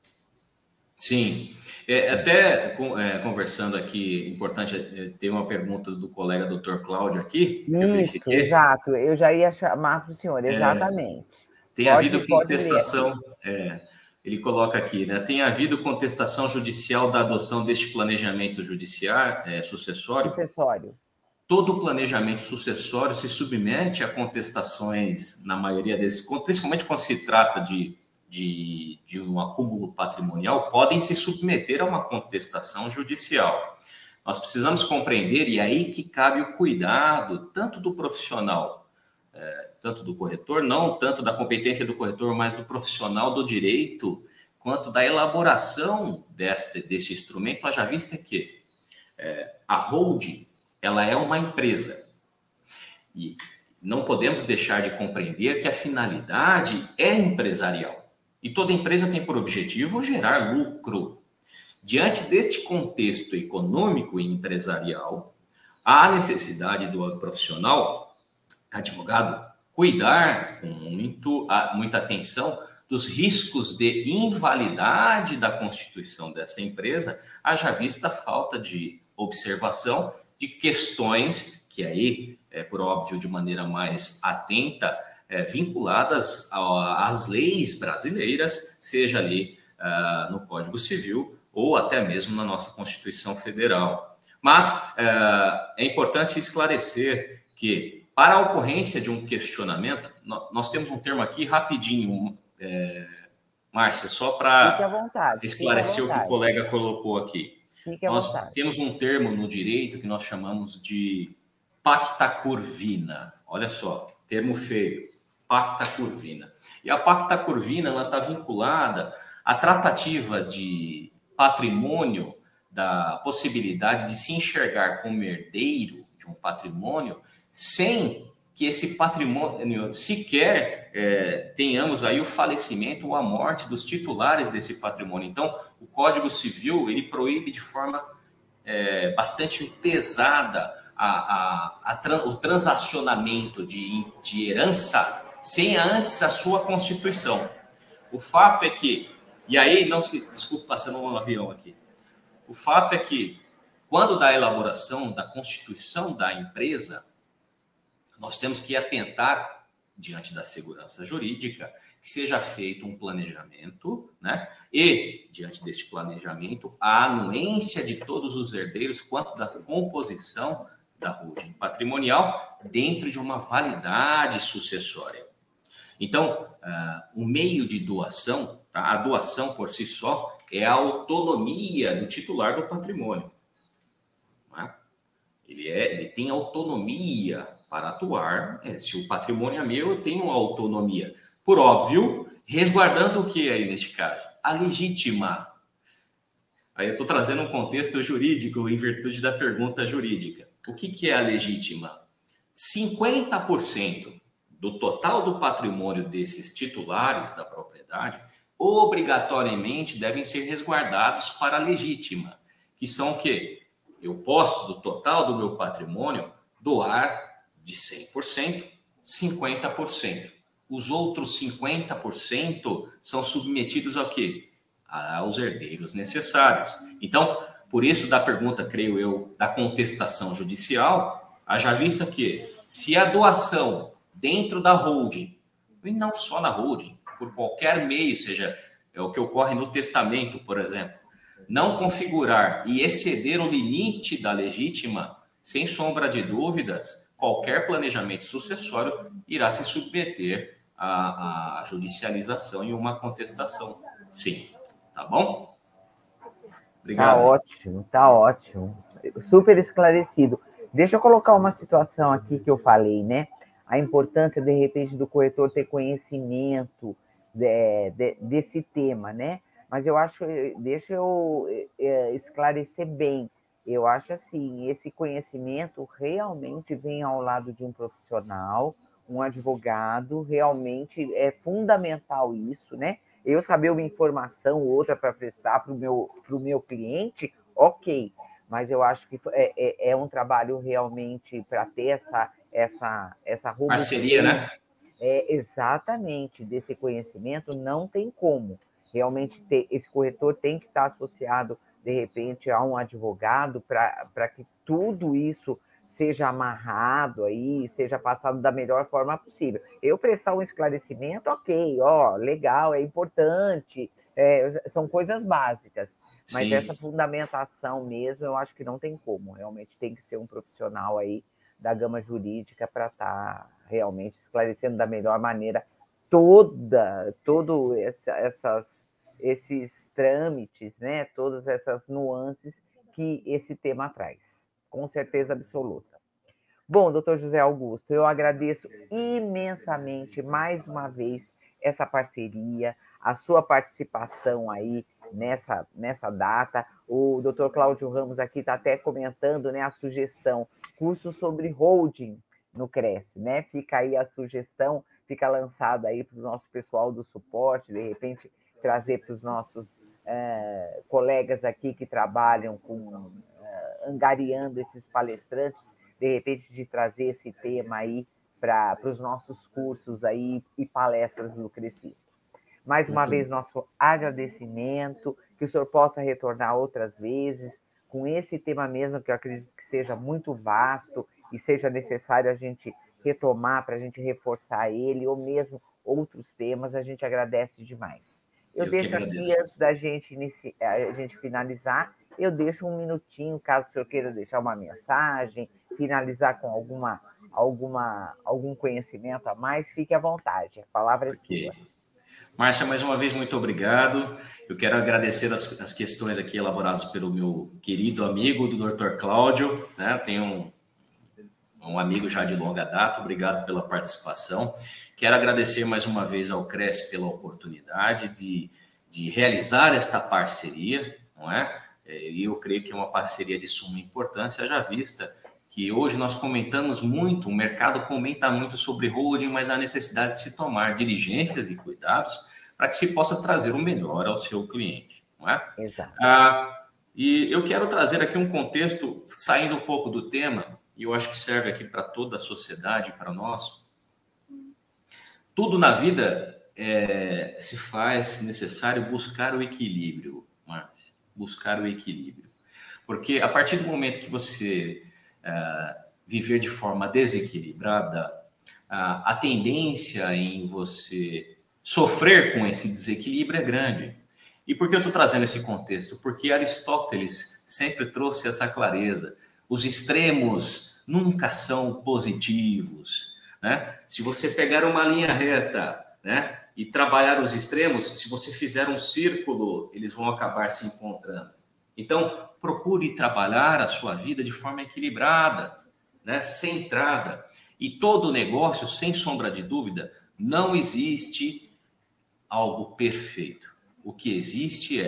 Sim. Até conversando aqui, importante, tem uma pergunta do colega Dr. Cláudio aqui. Isso, exato. Eu já ia chamar para o senhor, exatamente. Tem havido contestação, ele coloca aqui, né? Tem havido contestação judicial da adoção deste planejamento sucessório? Todo planejamento sucessório se submete a contestações, na maioria desses, principalmente quando se trata de um acúmulo patrimonial, podem se submeter a uma contestação judicial. Nós precisamos compreender, e aí que cabe o cuidado, tanto do profissional, tanto do corretor, não tanto da competência do corretor, mas do profissional do direito, quanto da elaboração desse instrumento, haja vista que a holding, ela é uma empresa. E não podemos deixar de compreender que a finalidade é empresarial. E toda empresa tem por objetivo gerar lucro. Diante deste contexto econômico e empresarial, há necessidade do profissional, advogado, cuidar com muita atenção dos riscos de invalidade da constituição dessa empresa, haja vista a falta de observação de questões que aí, por óbvio, de maneira mais atenta, vinculadas às leis brasileiras, seja ali no Código Civil ou até mesmo na nossa Constituição Federal. Mas é importante esclarecer que, para a ocorrência de um questionamento, nós temos um termo aqui rapidinho, Márcia, só para esclarecer o que o colega colocou aqui. Nós temos um termo no direito que nós chamamos de pacta curvina. Olha só, termo feio, pacta curvina. E a pacta curvina está vinculada à tratativa de patrimônio, da possibilidade de se enxergar como herdeiro de um patrimônio sem que esse patrimônio sequer tenhamos aí o falecimento ou a morte dos titulares desse patrimônio. Então, o Código Civil, ele proíbe de forma bastante pesada o transacionamento de herança sem antes a sua constituição. O fato é que, e aí, desculpa, passando um avião aqui. O fato é que, quando da elaboração da constituição da empresa, nós temos que atentar, diante da segurança jurídica, que seja feito um planejamento, né? E, diante desse planejamento, a anuência de todos os herdeiros quanto da composição da holding patrimonial dentro de uma validade sucessória. Então, o meio de doação, a doação por si só, é a autonomia do titular do patrimônio. Né? Ele tem autonomia para atuar. Se o patrimônio é meu, eu tenho autonomia. Por óbvio, resguardando o que aí neste caso? A legítima. Aí eu estou trazendo um contexto jurídico em virtude da pergunta jurídica. O que é a legítima? 50% do total do patrimônio desses titulares da propriedade obrigatoriamente devem ser resguardados para a legítima, que são o quê? Eu posso, do total do meu patrimônio, doar de 100%, 50%. Os outros 50% são submetidos ao quê? Aos herdeiros necessários. Então, por isso da pergunta, creio eu, da contestação judicial, haja vista que se a doação dentro da holding, e não só na holding, por qualquer meio, seja o que ocorre no testamento, por exemplo, não configurar e exceder o limite da legítima, sem sombra de dúvidas, qualquer planejamento sucessório irá se submeter à judicialização e uma contestação, sim. Tá bom? Obrigado. Tá ótimo. Super esclarecido. Deixa eu colocar uma situação aqui que eu falei, né? A importância, de repente, do corretor ter conhecimento desse tema, né? Mas eu acho, deixa eu esclarecer bem. Eu acho assim, esse conhecimento realmente vem ao lado de um profissional, um advogado, realmente é fundamental isso, né? Eu saber uma informação ou outra para prestar para o meu cliente, ok, mas eu acho que é um trabalho realmente para ter essa robustez. Parceria, né? Exatamente, desse conhecimento, não tem como. Realmente, esse corretor tem que estar associado, de repente, a um advogado para que tudo isso seja amarrado aí, seja passado da melhor forma possível. Eu prestar um esclarecimento, ok, legal, é importante, são coisas básicas, mas essa fundamentação mesmo, eu acho que não tem como, realmente tem que ser um profissional aí da gama jurídica para estar realmente esclarecendo da melhor maneira todos esses trâmites, né? Todas essas nuances que esse tema traz, com certeza absoluta. Bom, doutor José Augusto, eu agradeço imensamente, mais uma vez, essa parceria, a sua participação aí nessa data. O doutor Cláudio Ramos aqui está até comentando, né, a sugestão, curso sobre holding no Cresce, né? Fica aí a sugestão, fica lançada aí para o nosso pessoal do suporte, de repente trazer para os nossos colegas aqui que trabalham angariando esses palestrantes, de repente de trazer esse tema aí para os nossos cursos aí e palestras do Crescisto. Mais uma vez, nosso agradecimento, que o senhor possa retornar outras vezes, com esse tema mesmo, que eu acredito que seja muito vasto e seja necessário a gente retomar para a gente reforçar ele, ou mesmo outros temas, a gente agradece demais. Eu que deixo aqui, agradeço. antes da gente, a gente finalizar, eu deixo um minutinho, caso o senhor queira deixar uma mensagem, finalizar com algum conhecimento a mais, fique à vontade, a palavra é sua. Márcia, mais uma vez, muito obrigado. Eu quero agradecer as questões aqui elaboradas pelo meu querido amigo, do Dr. Cláudio, né? Tenho um amigo já de longa data, obrigado pela participação. Quero agradecer mais uma vez ao Cresce pela oportunidade de realizar esta parceria, não é? E eu creio que é uma parceria de suma importância, haja vista que hoje nós comentamos muito, o mercado comenta muito sobre holding, mas há necessidade de se tomar diligências e cuidados para que se possa trazer o melhor ao seu cliente, não é? Exato. E eu quero trazer aqui um contexto, saindo um pouco do tema, e eu acho que serve aqui para toda a sociedade, para nós. Tudo na vida se faz necessário buscar o equilíbrio, Márcia, buscar o equilíbrio. Porque a partir do momento que você viver de forma desequilibrada, a tendência em você sofrer com esse desequilíbrio é grande. E por que eu estou trazendo esse contexto? Porque Aristóteles sempre trouxe essa clareza. Os extremos nunca são positivos, né? Se você pegar uma linha reta, né, e trabalhar os extremos, se você fizer um círculo, eles vão acabar se encontrando. Então, procure trabalhar a sua vida de forma equilibrada, né, centrada. E todo negócio, sem sombra de dúvida, não existe algo perfeito. O que existe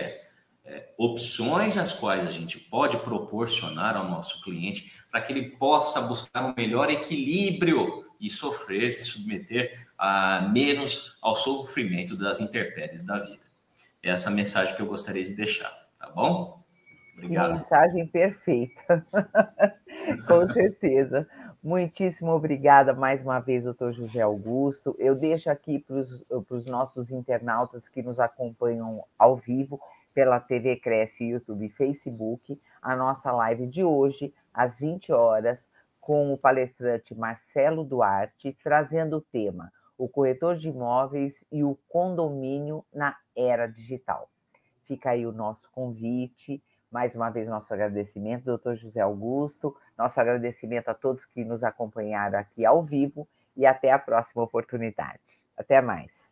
opções as quais a gente pode proporcionar ao nosso cliente para que ele possa buscar um melhor equilíbrio e sofrer, se submeter a menos ao sofrimento das intempéries da vida. Essa é a mensagem que eu gostaria de deixar, tá bom? Obrigado. Que mensagem perfeita. Com certeza. Muitíssimo obrigada mais uma vez, doutor José Augusto. Eu deixo aqui para os nossos internautas que nos acompanham ao vivo pela TV Cresce, YouTube e Facebook, a nossa live de hoje, às 20 horas, com o palestrante Marcelo Duarte, trazendo o tema o corretor de imóveis e o condomínio na era digital. Fica aí o nosso convite. Mais uma vez, nosso agradecimento, doutor José Augusto, nosso agradecimento a todos que nos acompanharam aqui ao vivo e até a próxima oportunidade. Até mais.